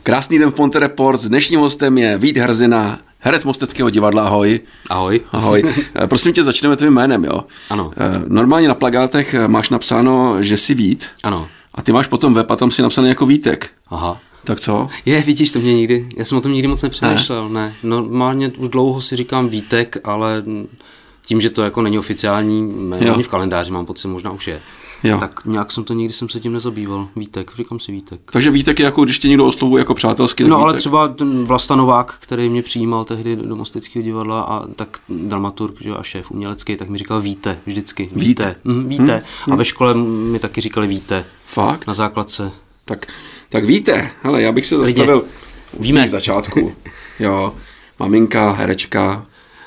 Krásný den v Ponte Report. Dnešním hostem je Vít Hrzina, herec Mosteckého divadla. Ahoj. Ahoj. Ahoj. Prosím tě, začneme tvým jménem, jo? Ano. Normálně na plakátech máš napsáno, že jsi Vít. Ano. A ty máš potom web a tam si napsaný jako Vítek. Aha. Tak co? Vidíš, to mě nikdy, já jsem o tom nikdy moc nepřemýšlel, ne. Normálně už dlouho si říkám Vítek, ale tím, že to jako není oficiální jméno, ani v kalendáři mám pocit, možná už je. Jo. Tak nějak jsem se tím nezabýval. Vítek, říkám si Vítek. Takže Vítek je jako, když tě někdo oslovuje jako přátelsky. No ale třeba ten Vlasta Novák, který mě přijímal tehdy do Mosteckého divadla a tak dramaturg a šéf umělecký, tak mi říkal Víte vždycky. Víte. Víte. A ve škole mi taky říkali Víte. Fakt? Na základce. Tak Víte, hele, já bych se zastavil v začátku. Jo, maminka, herečka,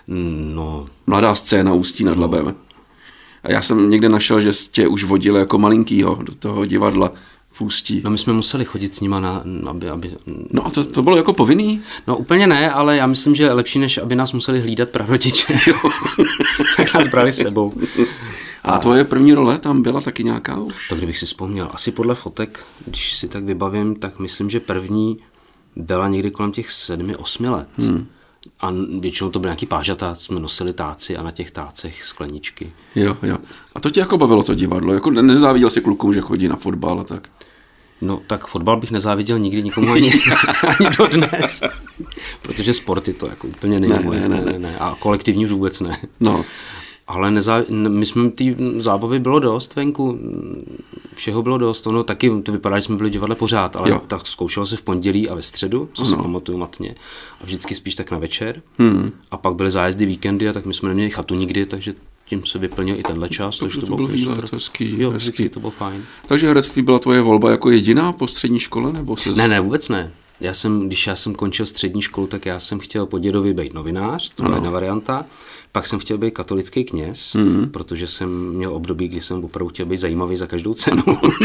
mladá scéna Ústí nad Labem. A já jsem někde našel, že tě už vodil jako malinkýho do toho divadla v Ústí. No my jsme museli chodit s nima, aby... No a to bylo jako povinný? No úplně ne, ale já myslím, že lepší, než aby nás museli hlídat prarodiče. Tak nás brali s sebou. A tvoje první role tam byla taky nějaká už? To kdybych si vzpomněl. Asi podle fotek, když si tak vybavím, tak myslím, že první byla někdy kolem těch 7-8 let. A většinou to byly nějaký pážata, jsme nosili táci a na těch tácech skleničky. Jo. A to tě jako bavilo to divadlo? Jako nezáviděl si klukům, že chodí na fotbal a tak? No tak fotbal bych nezáviděl nikdy nikomu ani dodnes. Protože sporty to jako úplně není moje. Ne. A kolektivní už vůbec ne. No. Ale my jsme ty zábavy bylo dost venku, všeho bylo dost, ono taky to vypadá, že jsme byli v divadle pořád, ale tak zkoušelo se v pondělí a ve středu, co si pamatuju matně, a vždycky spíš tak na večer, a pak byly zájezdy víkendy a tak my jsme neměli chatu nikdy, takže tím se vyplnil i tenhle čas, takže to bylo výlet, hezký. Jo, vždycky to bylo fajn. Takže herectví byla tvoje volba jako jediná po střední škole? Nebo Ne, vůbec ne. Když já jsem končil střední školu, tak já jsem chtěl po dědovi být novinář, to byla jedna varianta. Pak jsem chtěl být katolický kněz, protože jsem měl období, kdy jsem opravdu chtěl být zajímavý za každou cenu.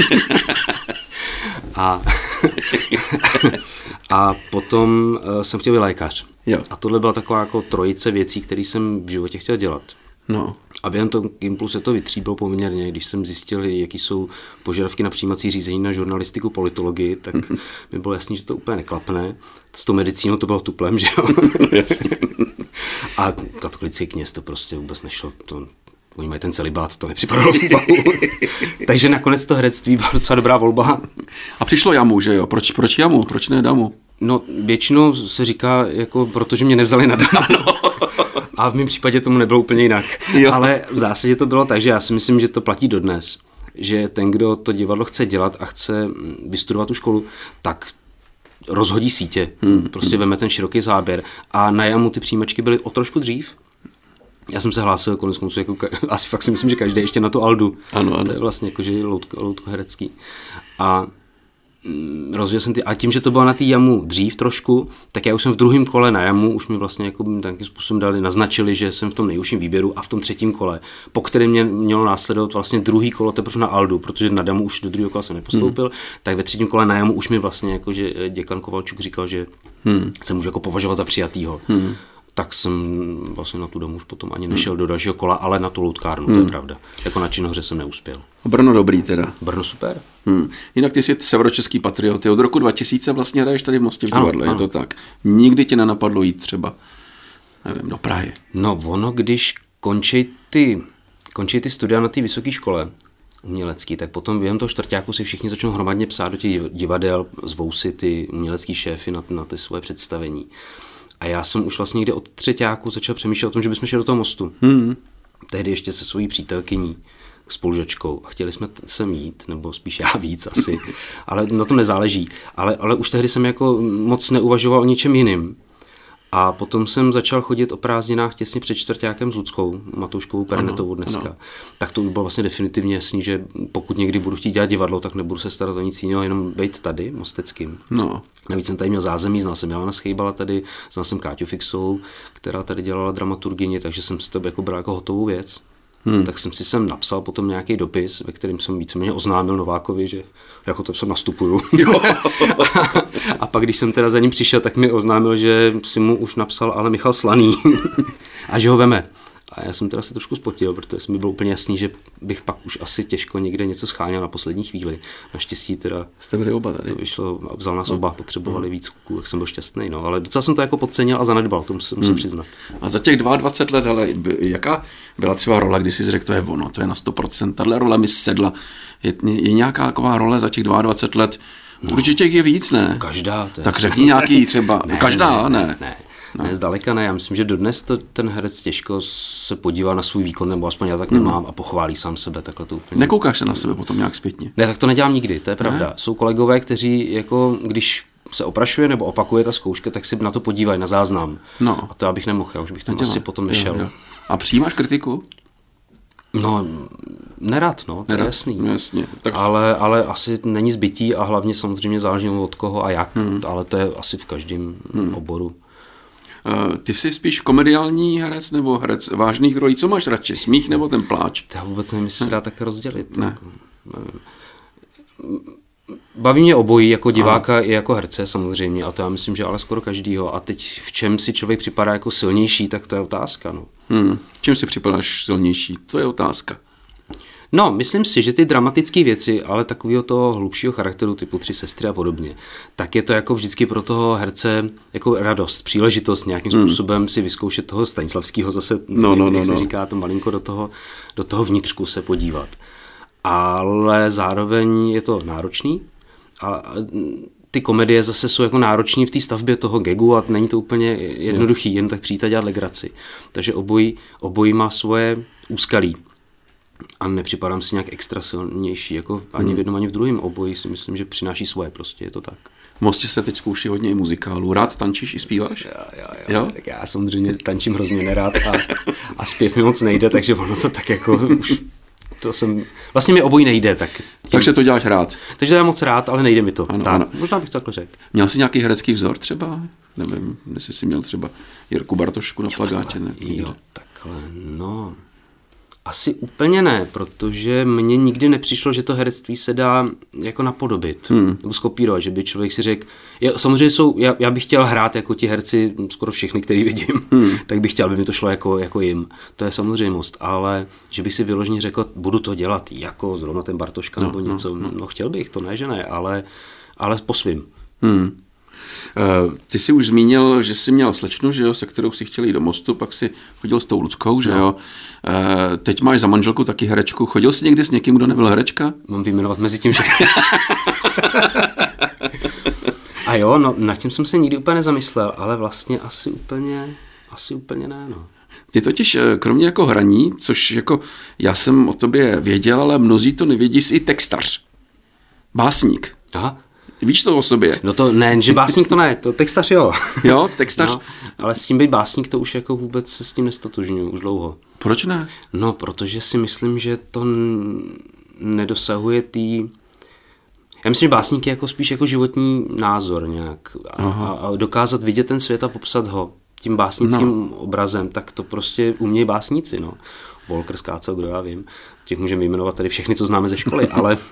a potom jsem chtěl být lékař. Jo. A tohle byla taková jako trojice věcí, které jsem v životě chtěl dělat. No. A během toho impulse to vytříbilo poměrně, když jsem zjistil, jaký jsou požadavky na přijímací řízení na žurnalistiku, politologii, tak mi bylo jasný, že to úplně neklapne. S tou medicínou to bylo tuplem, že jo? Jasně. A katolický kněz to prostě vůbec nešlo. Oni mají ten celibát, to nepřipadalo v úvahu. Takže nakonec to herectví byla docela dobrá volba. A přišlo Jamu, že jo? Proč Jamu? Proč ne Damu? No většinou se říká, jako protože mě nevzali na Damu. A v mém případě tomu nebylo úplně jinak. Jo. Ale v zásadě to bylo tak, že já si myslím, že to platí dodnes. Že ten, kdo to divadlo chce dělat a chce vystudovat tu školu, tak rozhodí sítě. Prostě veme ten široký záběr. A na Jamu ty přijímačky byly o trošku dřív. Já jsem se hlásil koneckonců, jako asi fakt si myslím, že každý ještě na tu Aldu. Ano. To je vlastně jakože loutko herecký. A rozvěděl jsem a tím, že to bylo na té Jamu dřív trošku, tak já už jsem v druhém kole na Jamu, už mi vlastně jako takovým způsobem naznačili, že jsem v tom nejužším výběru a v tom třetím kole, po kterém mě mělo následovat vlastně druhý kolo teprve na Aldu, protože na Damu už do druhého kola jsem nepostoupil, tak ve třetím kole na Jamu už mi vlastně jako, že děkan Kovalčuk říkal, že se můžu jako považovat za přijatýho. Tak jsem vlastně na tu Damu už potom ani nešel do dalšího kola, ale na tu loutkárnu, to je pravda. Jako na činohře jsem neuspěl. Brno dobrý teda. Brno super. Jinak ty jsi severočeský patriot. Od roku 2000 vlastně hraješ tady v Mostě v divadle, je to tak. Nikdy tě nenapadlo jít třeba, nevím, do Prahy. No ono, když končí ty studia na té vysoké škole umělecký, tak potom během toho čtvrťáku si všichni začnou hromadně psát do těch divadel, zvou si ty umělecký šéfy na ty svoje představení. A já jsem už vlastně někde od třeťáku začal přemýšlet o tom, že bychom šli do toho Mostu. Tehdy ještě se svojí přítelkyní, spolužačkou. A chtěli jsme sem jít, nebo spíš já víc asi, ale na tom nezáleží. Ale už tehdy jsem jako moc neuvažoval o ničem jiným. A potom jsem začal chodit o prázdninách těsně před čtvrťákem s Ludskou, Matouškovou Pernetovou dneska. Ano. Tak to už bylo vlastně definitivně jasný, že pokud někdy budu chtít dělat divadlo, tak nebudu se starat o nic jiného, jenom být tady, mosteckým. No. Navíc jsem tady měl zázemí, znal jsem Milana Schejbala tady, znal jsem Káťu Fixovou, která tady dělala dramaturgyni, takže jsem si to jako bral jako hotovou věc. Tak jsem si sem napsal potom nějaký dopis, ve kterém jsem víceméně oznámil Novákovi, že jako to jsem nastupuju. A pak, když jsem teda za ním přišel, tak mi oznámil, že si mu už napsal ale Michal Slaný a že ho veme. A já jsem teda se trošku spotil, protože mi bylo úplně jasný, že bych pak už asi těžko někde něco scháněl na poslední chvíli. Naštěstí teda jste byli oba tady. To vyšlo, vzal nás oba, potřebovali víc kuků, tak jsem byl šťastný. No. Ale docela jsem to jako podcenil a zanedbal, to musím přiznat. A za těch 22 let, ale jaká byla třeba role, kdy jsi řekl, to je ono, to je na 100%, tahle role mi sedla. Je nějaká taková role za těch 22 let? No. Určitě je víc, ne? Každá. Tak řekni nějaký třeba. Každá, ne. Ne, zdaleka ne. Já myslím, že dodnes ten herec těžko se podívá na svůj výkon, nebo aspoň já tak nemám a pochválí sám sebe. Takhle to úplně. Nekoukáš se na sebe potom nějak zpětně? Ne, tak to nedělám nikdy, to je pravda. Ne? Jsou kolegové, kteří jako, když se oprašuje nebo opakuje ta zkouška, tak si na to podívají, na záznam. No. A to já bych nemohl, já už bych tam asi potom nešel. Jo. A přijímáš kritiku? No, nerad, to je jasný. Jasně. Tak... Ale asi není zbytí a hlavně samozřejmě záleží od koho a jak, ale to je asi v každém oboru. Ty jsi spíš komediální herec nebo herec vážných rolí? Co máš radši, smích nebo ten pláč? Já vůbec nevím, jestli se dá tak rozdělit. Ne. Jako, baví mě obojí, jako diváka i jako herce samozřejmě, a to já myslím, že ale skoro každýho. A teď v čem si člověk připadá jako silnější, tak to je otázka. No. Čím si připadáš silnější? To je otázka. No, myslím si, že ty dramatické věci, ale takového toho hlubšího charakteru, typu 3 sestry a podobně, tak je to jako vždycky pro toho herce jako radost, příležitost nějakým způsobem si vyzkoušet toho Stanislavského zase, jak se říká, to malinko do toho vnitřku se podívat. Ale zároveň je to náročný a ty komedie zase jsou jako náročný v té stavbě toho gagu a není to úplně jednoduchý, jen tak přijít a dělat legraci. Takže obojí má svoje úskalí. A nepřipadám si nějak extra silnější, jako ani v jednom, ani v druhém. Obojí si myslím, že přináší svoje, prostě je to tak. V Mostě se teď zkouší hodně i muzikálů. Rád tančíš i zpíváš? Jo? Tak já samozřejmě tančím hrozně nerád a zpěv mi moc nejde, takže ono to tak jako už... Vlastně mi obojí nejde, tak... Takže to děláš rád. Takže to já moc rád, ale nejde mi to. Ano. Možná bych to takhle řekl. Měl jsi nějaký herecký vzor třeba? Nevím, jestli jsi měl třeba Jirku Bartošku na plagátě. Takhle, no... Asi úplně ne, protože mně nikdy nepřišlo, že to herectví se dá jako napodobit nebo skopírovat, že by člověk si řekl, samozřejmě já bych chtěl hrát jako ti herci, skoro všechny, který vidím, tak bych chtěl, aby mi to šlo jako jim. To je samozřejmost, ale že bych si vyloženě řekl, budu to dělat jako zrovna ten Bartoška nebo něco, no chtěl bych, to ne, že ne, ale po svým. Ty jsi už zmínil, že jsi měl slečnu, že jo, se kterou si chtěl jít do Mostu, pak si chodil s tou Luckou, že jo. Teď máš za manželku taky herečku. Chodil jsi někdy s někým, kdo nebyl herečka? Mám vyjmenovat mezi tím, že... A jo, no, nad tím jsem se nikdy úplně nezamyslel, ale vlastně asi úplně ne, no. Ty totiž, kromě jako hraní, což jako já jsem o tobě věděl, ale mnozí to nevědí, jsi i textař. Básník. Aha. Víš to o sobě? No to ne, že básník to ne, to textař jo. Jo, textař. No, ale s tím být básník, to už jako vůbec se s tím nestotožňuji už dlouho. Proč ne? No, protože si myslím, že to nedosahuje Já myslím, že básník je jako spíš jako životní názor nějak. A dokázat vidět ten svět a popsat ho tím básnickým obrazem, tak to prostě umějí básníci, no. Volker, Skácel, kdo já vím. Těch můžeme jmenovat tady všechny, co známe ze školy,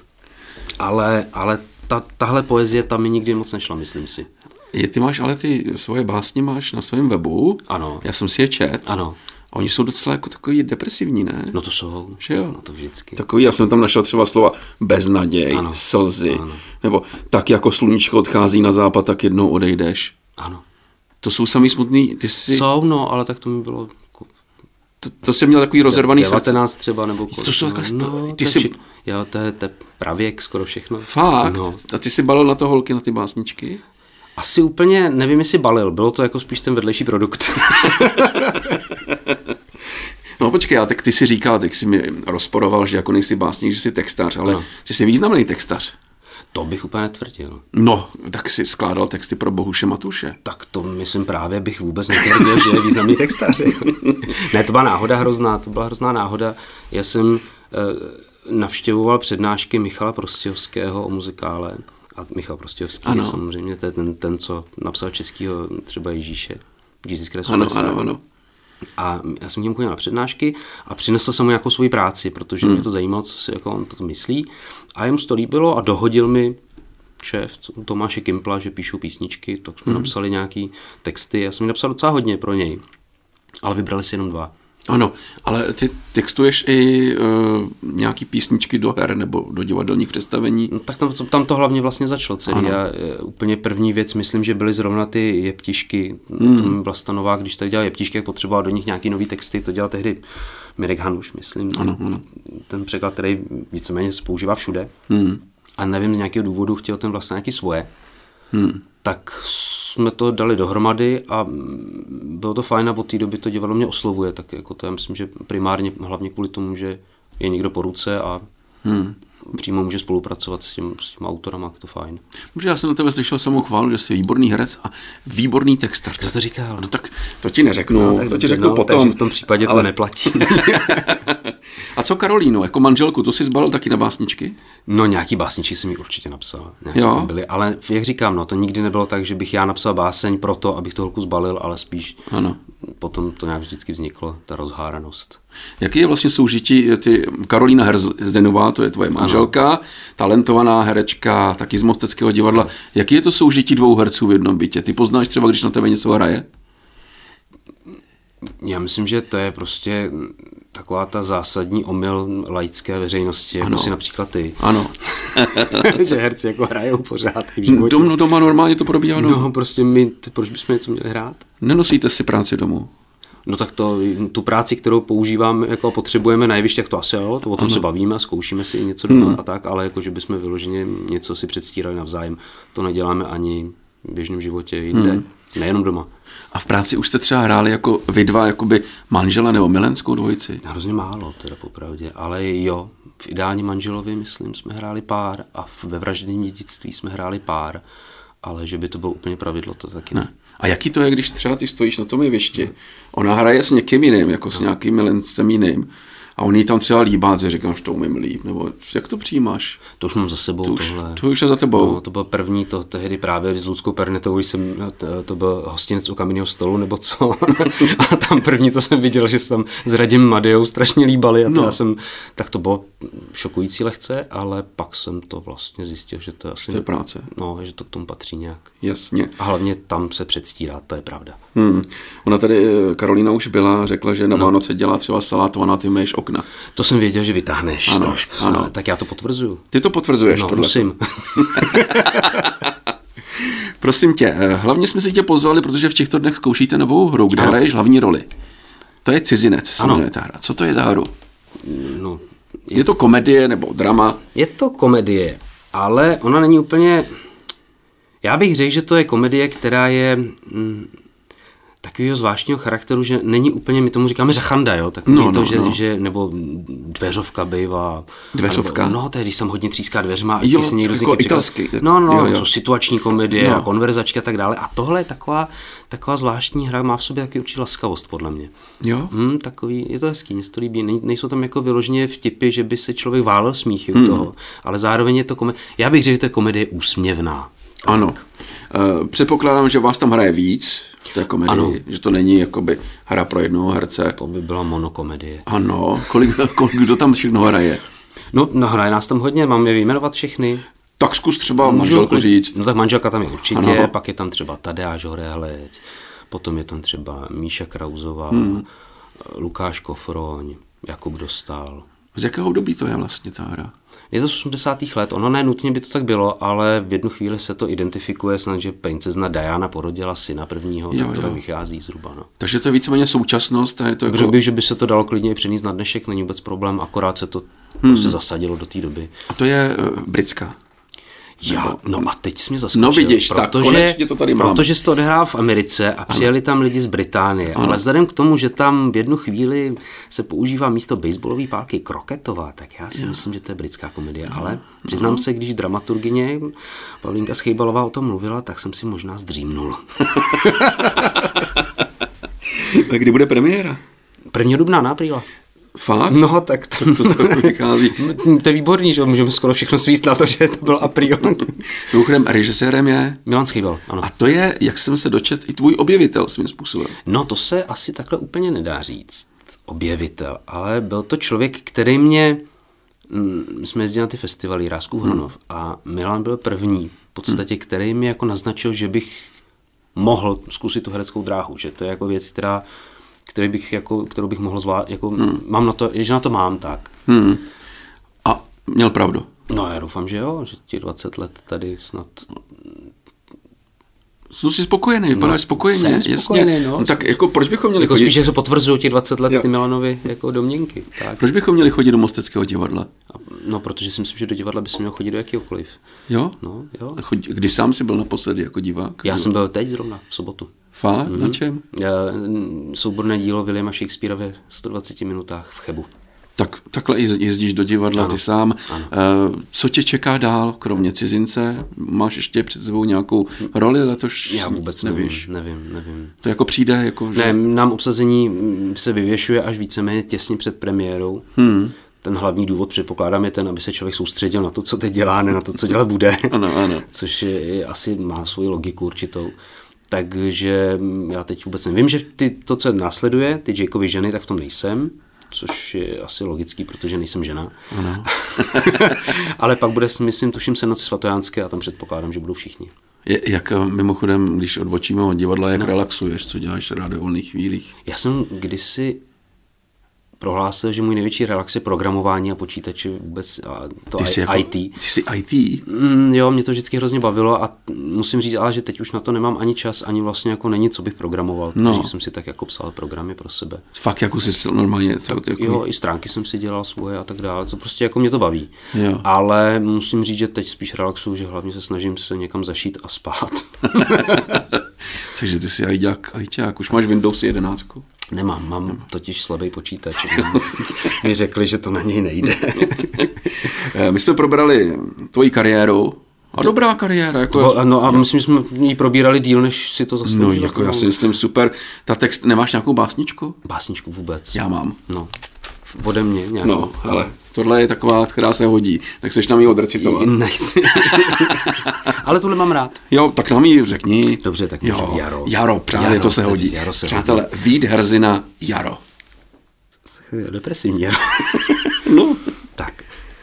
ale tahle poezie tam mi nikdy moc nešla, myslím si. Ty máš ale ty svoje básně máš na svém webu. Ano. Já jsem si je čet. Ano. A oni jsou docela jako takový depresivní, ne? No to jsou. Že jo? No to vždycky. Takový, já jsem tam našel třeba slova beznaděj, slzy, nebo tak jako sluníčko odchází na západ, tak jednou odejdeš. Ano. To jsou samý smutný, ty jsi... Jsou, no, ale tak to mi bylo... To jsem měl takový rozervaný srdce. 19 třeba, nebo kolik. To jsou to je pravěk, skoro všechno. Fakt? No. A ty jsi balil na to holky, na ty básničky? Asi úplně, nevím, jestli balil. Bylo to jako spíš ten vedlejší produkt. No počkej, tak ty si říkal, tak jsi mi rozporoval, že jako nejsi básník, že jsi textař, ale ty jsi významný textař. To bych úplně netvrdil. No, tak si skládal texty pro Bohuše Matuše. Tak to myslím právě bych vůbec netvrdil, že je významný textař. Ne, to byla hrozná náhoda. Já jsem navštěvoval přednášky Michala Prostějovského o muzikále. A Michal Prostějovský je samozřejmě ten, co napsal českýho třeba Ježíše. Jesus Christ. Ano. A já jsem k němu chodil na přednášky a přinesl jsem mu nějakou svoji práci, protože mě to zajímalo, co si jako on to myslí. A jemu to líbilo a dohodil mi šéf Tomáše Kimpla, že píšou písničky, tak jsme napsali nějaký texty. Já jsem mi napsal docela hodně pro něj, ale vybrali si jenom 2. Ano, ale ty textuješ i nějaký písničky do her nebo do divadelních představení? No, tak tam to hlavně vlastně začalo celý. Já úplně první věc, myslím, že byly zrovna ty jeptišky. Vlasta Nová, když tady dělal jeptišky, potřeboval do nich nějaký nový texty, to dělal tehdy Mirek Hanuš, myslím. Ano. Ten překlad, který víceméně se používá všude. A nevím, z nějakého důvodu chtěl ten vlastně nějaký svoje. Tak jsme to dali dohromady a bylo to fajn a od té doby to divadlo mě oslovuje, tak jako to já myslím, že primárně hlavně kvůli tomu, že je někdo po ruce a přímo může spolupracovat s tím autorem, to fajn. Může, já jsem na tebe slyšel samou chválu, že jsi výborný herec a výborný textař. Kdo to říkal? No tak to ti neřeknu, to ti řeknu potom. Takže v tom případě to neplatí. A co Karolínu, jako manželku, to jsi zbalil taky na básničky? No nějaký básničky jsem mi určitě napsal. Tam byly, ale jak říkám, no to nikdy nebylo tak, že bych já napsal báseň proto, abych tu holku zbalil, ale spíš potom to nějak vždycky vzniklo, ta rozháranost. Jaký je vlastně soužití, ty Karolína Herzdenová, to je tvoje manželka, talentovaná herečka, taky z Mosteckého divadla. Jaký je to soužití dvou herců v jednom bytě? Ty poznáš třeba, když na tebe něco hraje? Já myslím, že to je prostě taková ta zásadní omyl laické veřejnosti, jako si například ty. Ano. Že herci jako hrajou pořád v životě. Doma normálně to probíhá. No prostě proč bychom něco měli hrát? Nenosíte si práci domů? No tak tu práci, kterou používáme, jako potřebujeme na jevišti, tak to asi jo, o tom se bavíme a zkoušíme si něco doma a tak, ale jako, že bychom vyloženě něco si předstírali navzájem, to neděláme ani v běžném životě jinde, nejenom doma. A v práci už jste třeba hráli jako vy dva, jakoby manžela nebo milenskou dvojici? Hrozně málo, teda popravdě, ale jo, v Ideálním manželovi, myslím, jsme hráli pár a ve Vražedném dědictví jsme hráli pár, ale že by to bylo úplně pravidlo, to taky ne. A jaký to je, když třeba ty stojíš na tom jevišti, ona hraje s někým jiným, jako s nějakým milencem jiným, a on jí tam třeba líbá, že říkám, že to umím líp, nebo jak to přijímáš? To už mám za sebou tohle. To už je za tebou. No, to byl první, to tehdy právě s Ludskou Pernetovou, to byl hostinec u Kamenného stolu, nebo co. A tam první, co jsem viděl, že se tam s Radim Madejou strašně líbali. A to tak to bylo šokující lehce, ale pak jsem to vlastně zjistil, že to je asi... To je práce. No, že to k tomu patří nějak. Jasně. A hlavně tam se předstírá, to je pravda. Ona tady, Karolína už byla, řekla, že na Vánoce dělá třeba salátovaná, ty myješ okna. To jsem věděl, že vytáhneš trošku, ano. Tak já to potvrzuju. Ty to potvrzuješ? No, musím. Prosím tě, hlavně jsme si tě pozvali, protože v těchto dnech zkoušíte novou hru, kde hraješ hlavní roli. To je Cizinec, se jmenuje ta hra. Co to je za hru? No, je to komedie nebo drama? Je to komedie, ale ona není úplně... Já bych řekl, že to je komedie, která je... takového zvláštního charakteru, že není úplně, my tomu říkáme řachanda, jo, tak že nebo dveřovka bývá. Dveřovka? Nebo, no, to je, když jsem hodně tříská dveřma a jo, si někdo jako italský. Jo. Situační komedie, konverzačky a tak dále. A tohle je taková zvláštní hra, má v sobě takový určitý laskavost, podle mě. Jo? Takový, je to hezký, mě se to líbí. Nejsou tam jako vyloženě vtipy, že by se člověk válel smíchy u toho, ale zároveň je to komedie, já bych řekl, že to je komedie úsměvná. Tak. Ano. Předpokládám, že vás tam hraje víc v té komedii, že to není jakoby hra pro jednoho herce. To by byla monokomedie. Ano, kdo tam všechno hraje? No, hraje nás tam hodně, mám je vyjmenovat všechny. Tak zkus třeba manželku říct. No tak manželka tam je určitě, pak je tam třeba Tadeáš Horehleď, potom je tam třeba Míša Krauzová, Lukáš Kofroň, Jakub Dostál. Z jakého období to je vlastně ta hra? Je to z 80. let, ono ne nutně by to tak bylo, ale v jednu chvíli se to identifikuje snad, že princezna Diana porodila syna prvního, tak to vychází zhruba. No. Takže to je víceméně současnost. A je to jako... Řekl bych, že by se to dalo klidně přenést na dnešek, není vůbec problém, akorát se to prostě zasadilo do té doby. A to je britská? No a teď jsi mě zaskočil. No vidíš, tak konečně to tady mám. Protože se to odehrál v Americe a přijeli tam lidi z Británie, ale vzhledem k tomu, že tam v jednu chvíli se používá místo baseballové pálky kroketová, tak já si myslím, že to je britská komedie, ale přiznám se, když dramaturgyně Pavlínka Schejbalová o tom mluvila, tak jsem si možná zdřímnul. Tak kdy bude premiéra? 1. dubna na apríla. Fakt? No, tak to vychází. To je výborný, že můžeme skoro všechno svíst na to, že to byl apríl. Mimochodem, režisérem je? Milan Schejbal, ano. A to je, jak jsem se dočet, i tvůj objevitel svým způsobem. No, to se asi takhle úplně nedá říct, objevitel, ale byl to člověk, který mě, my jsme jezdili na ty festivaly Jiráskův Hronov a Milan byl první, v podstatě, který mi jako naznačil, že bych mohl zkusit tu hereckou dráhu, že to je jako věc, která kterou bych mohl zvládat, mám na to, že na to mám, tak. A měl pravdu. No já doufám, že jo, že těch 20 let tady snad... Jsi spokojený, vypadáš spokojeně, jsem spokojený, jasně. No, tak jako proč bychom měli chodit? Spíš, že se potvrzují těch 20 let ty Milanovi jako domněnky. Tak. Proč bychom měli chodit do Mosteckého divadla? No, protože si myslím, že do divadla by se měl chodit do jakýhokoliv. Jo? No, jo. Kdy sám jsi byl naposledy jako divák? Já jsem byl teď zrovna, v sobotu. Fakt? Na čem? Souborné dílo Williama Shakespearea ve 120 minutách v Chebu. Takhle jezdíš do divadla, ano, ty sám. Co tě čeká dál, kromě Cizince? Máš ještě před sebou nějakou roli letos? Já vůbec nevíš. Nevím. To jako přijde? Jako, že... Ne, nám obsazení se vyvěšuje až víceméně těsně před premiérou. Ten hlavní důvod, předpokládám, je ten, aby se člověk soustředil na to, co teď dělá, ne na to, co dělat bude. Ano. Což asi má svoji logiku určitou. Takže já teď vůbec nevím, že to, co následuje, ty Jakeovy ženy, tak v tom nejsem. Což je asi logický, protože nejsem žena. Ano. Ale pak bude, myslím, tuším se Noci svatojánské a tam předpokládám, že budou všichni. Jak mimochodem, když odbočíme od divadla, jak relaxuješ, co děláš rád ve volných chvílích? Já jsem kdysi prohlásil, že můj největší relax je programování a počítače vůbec a to IT. Ty jsi IT? Jo, mě to vždycky hrozně bavilo a musím říct, ale že teď už na to nemám ani čas, ani vlastně jako není, co bych programoval. Takže jsem si tak jako psal programy pro sebe. Fakt jako jsi psal normálně? Jo, i stránky jsem si dělal svoje a tak dále, co prostě jako mě to baví. Jo. Ale musím říct, že teď spíš relaxuju, že hlavně se snažím se někam zašít a spát. Takže ty jsi ajťák, už máš Windows 11? Nemám, mám totiž slabý počítač. Mi řekli, že to na něj nejde. My jsme probrali tvoji kariéru. A dobrá kariéra. Myslím, že jsme ji probírali díl, než si to zasloužil. No, jako já si myslím super. Ta text, nemáš nějakou básničku? Básničku vůbec. Já mám. No, ode mě nějakou. No, ale tohle je taková, která se hodí. Tak seš nám ji odrecitovat. Nechci. Ale tohle mám rád. Jo, tak nám ji řekni. Dobře, tak Jaro. Jaro, právě to se hodí. Přátelé, Vít Herzina, Jaro. Depresivní Jaro. No. Tak.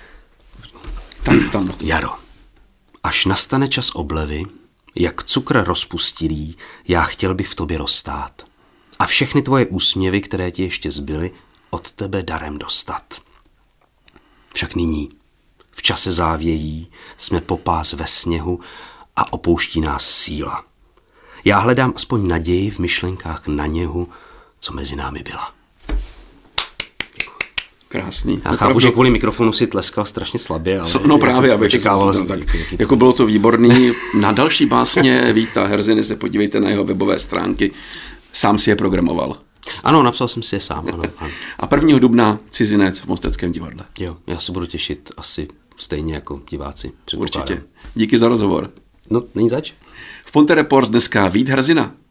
Tam. Jaro. Až nastane čas oblevy, jak cukr rozpustilý, já chtěl bych v tobě rozstát. A všechny tvoje úsměvy, které ti ještě zbyly, od tebe darem dostat. Však nyní, v čase závějí, jsme popás ve sněhu a opouští nás síla. Já hledám aspoň naději v myšlenkách na něhu, co mezi námi byla. Krásný. Já chápu, že kvůli mikrofonu si tleskal strašně slabě, ale... No právě, abych čekával. Tak, jako bylo to výborný. Na další básně Víta Herziny se podívejte na jeho webové stránky. Sám si je programoval. Ano, napsal jsem si je sám, ano. A 1. dubna Cizinec v Mosteckém divadle. Jo, já se budu těšit asi stejně jako diváci. Určitě. Díky za rozhovor. No, není zač. V Ponte Reports dneska Vít Herzina.